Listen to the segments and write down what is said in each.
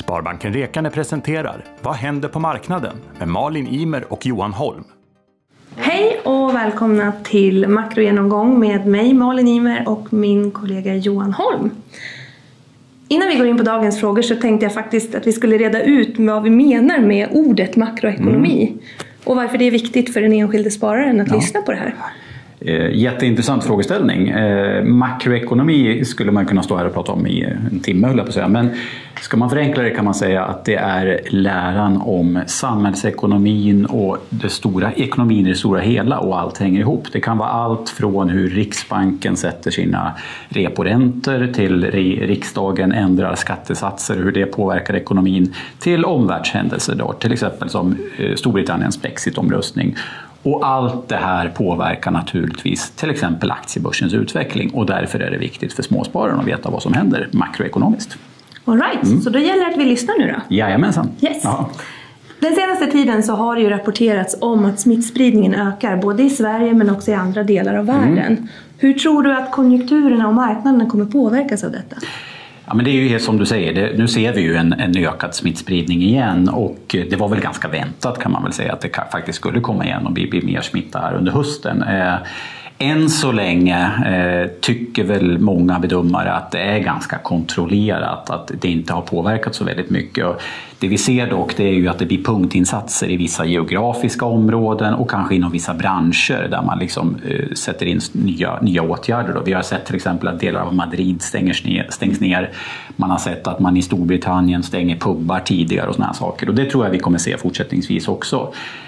Sparbanken Rekane presenterar Vad händer på marknaden? Med Malin Imer och Johan Holm. Hej och välkomna till makrogenomgång med mig Malin Imer och min kollega Johan Holm. Innan vi går in på dagens frågor så tänkte jag faktiskt att vi skulle reda ut vad vi menar med ordet makroekonomi. Och varför det är viktigt för den enskilde spararen att lyssna på det här. Jätteintressant frågeställning. Makroekonomi skulle man kunna stå här och prata om i en timme, höll jag på att säga. Men ska man förenkla det kan man säga att det är läran om samhällsekonomin och det stora ekonomin i det stora hela, och allt hänger ihop. Det kan vara allt från hur Riksbanken sätter sina reporäntor till riksdagen ändrar skattesatser, hur det påverkar ekonomin, till omvärldshändelser då, till exempel som Storbritanniens Brexit-omröstning. Och allt det här påverkar naturligtvis till exempel aktiebörsens utveckling, och därför är det viktigt för småspararna att veta vad som händer makroekonomiskt. All right, så då gäller det att vi lyssnar nu då? Jajamensan. Yes. Ja. Den senaste tiden så har det ju rapporterats om att smittspridningen ökar både i Sverige men också i andra delar av världen. Hur tror du att konjunkturerna och marknaden kommer påverkas av detta? Ja, men det är ju helt som du säger, nu ser vi ju en ökad smittspridning igen, och det var väl ganska väntat kan man väl säga att det faktiskt skulle komma igen och bli mer smitta här under hösten. Än så länge tycker väl många bedömare att det är ganska kontrollerat, att det inte har påverkat så väldigt mycket. Och det vi ser dock, det är ju att det blir punktinsatser i vissa geografiska områden och kanske inom vissa branscher där man liksom sätter in nya åtgärder. Då. Vi har sett till exempel att delar av Madrid stängs ner. Man har sett att man i Storbritannien stänger pubbar tidigare och såna här saker. Och det tror jag vi kommer se fortsättningsvis också.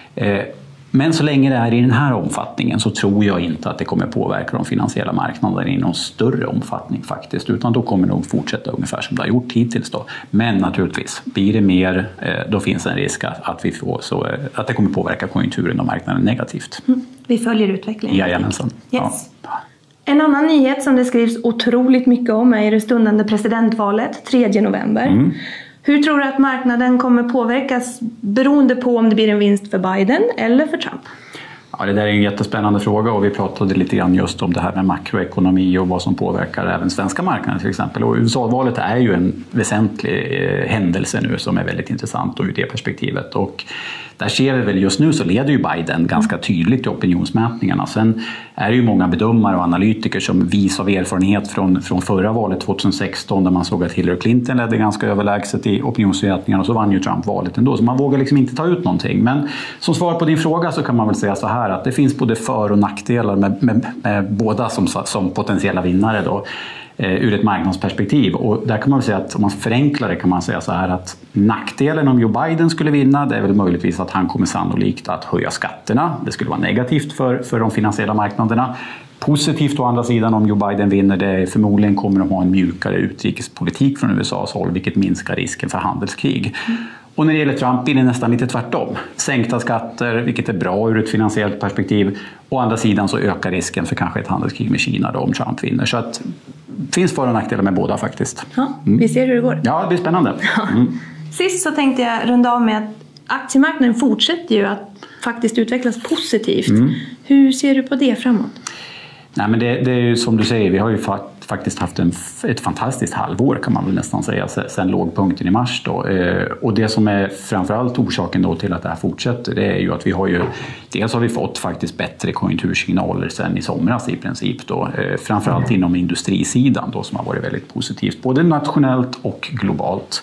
Men så länge det är i den här omfattningen så tror jag inte att det kommer påverka de finansiella marknaderna i någon större omfattning faktiskt. Utan då kommer det nog fortsätta ungefär som det har gjort hittills då. Men naturligtvis, blir det mer, då finns en risk att att det kommer påverka konjunkturen och marknaden negativt. Vi följer utvecklingen. Jajamensan. Yes. Ja. En annan nyhet som det skrivs otroligt mycket om är det stundande presidentvalet 3 november. Hur tror du att marknaden kommer påverkas beroende på om det blir en vinst för Biden eller för Trump? Ja, det där är en jättespännande fråga, och vi pratade lite grann just om det här med makroekonomi och vad som påverkar även svenska marknaden till exempel. Och USA-valet är ju en väsentlig händelse nu som är väldigt intressant ur det perspektivet. Och där ser vi väl just nu så leder ju Biden ganska tydligt i opinionsmätningarna. Sen är det ju många bedömare och analytiker som visar av erfarenhet från förra valet 2016 där man såg att Hillary Clinton ledde ganska överlägset i opinionsmätningarna, och så vann ju Trump valet ändå. Så man vågar liksom inte ta ut någonting. Men som svar på din fråga så kan man väl säga så här att det finns både för- och nackdelar med båda som potentiella vinnare då. Ur ett marknadsperspektiv, och där kan man väl säga att om man förenklar det kan man säga så här att nackdelen om Joe Biden skulle vinna, det är väl möjligtvis att han kommer sannolikt att höja skatterna. Det skulle vara negativt för de finansiella marknaderna. Positivt å andra sidan om Joe Biden vinner, det är förmodligen kommer de ha en mjukare utrikespolitik från USAs håll, vilket minskar risken för handelskrig. Och när det gäller Trump är det nästan lite tvärtom. Sänkta skatter, vilket är bra ur ett finansiellt perspektiv. Å andra sidan så ökar risken för kanske ett handelskrig med Kina då, om Trump vinner. Så att det finns för- och nackdelar med båda faktiskt. Ja, vi ser hur det går. Ja, det blir spännande. Sist så tänkte jag runda av med att aktiemarknaden fortsätter ju att faktiskt utvecklas positivt. Hur ser du på det framåt? Nej, men det är ju som du säger, vi har ju faktiskt haft ett fantastiskt halvår kan man väl nästan säga sen lågpunkten i mars då. Och det som är framförallt orsaken då till att det här fortsätter, det är ju att vi har ju dels har vi fått faktiskt bättre konjunktursignaler sen i somras i princip då, framförallt inom industrisidan då som har varit väldigt positivt både nationellt och globalt.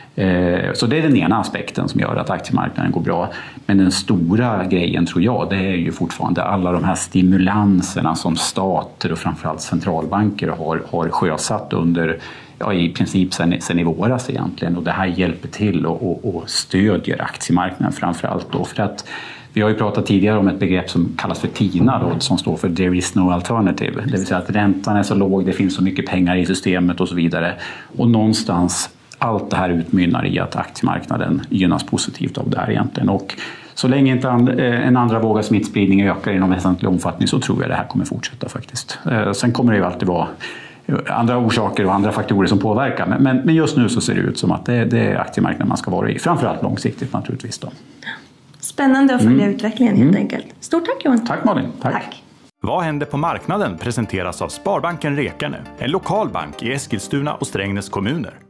Så det är den ena aspekten som gör att aktiemarknaden går bra. Men den stora grejen tror jag, det är ju fortfarande alla de här stimulanserna som stater och framförallt centralbanker har sjösatt under i princip sen i våras egentligen. Och det här hjälper till och stödjer aktiemarknaden framförallt då, för att vi har ju pratat tidigare om ett begrepp som kallas för TINA då, som står för There is no alternative. Det vill säga att räntan är så låg, det finns så mycket pengar i systemet och så vidare. Och någonstans allt det här utmynnar i att aktiemarknaden gynnas positivt av det här egentligen. Och så länge inte en andra våg av smittspridning ökar i någon väsentlig omfattning så tror jag det här kommer fortsätta faktiskt. Sen kommer det ju alltid vara andra orsaker och andra faktorer som påverkar. Men just nu så ser det ut som att det är aktiemarknaden man ska vara i. Framförallt långsiktigt naturligtvis då. Spännande att följa utvecklingen helt enkelt. Stort tack Johan. Tack Malin. Tack. Vad händer på marknaden presenteras av Sparbanken Rekane, en lokal bank i Eskilstuna och Strängnäs kommuner.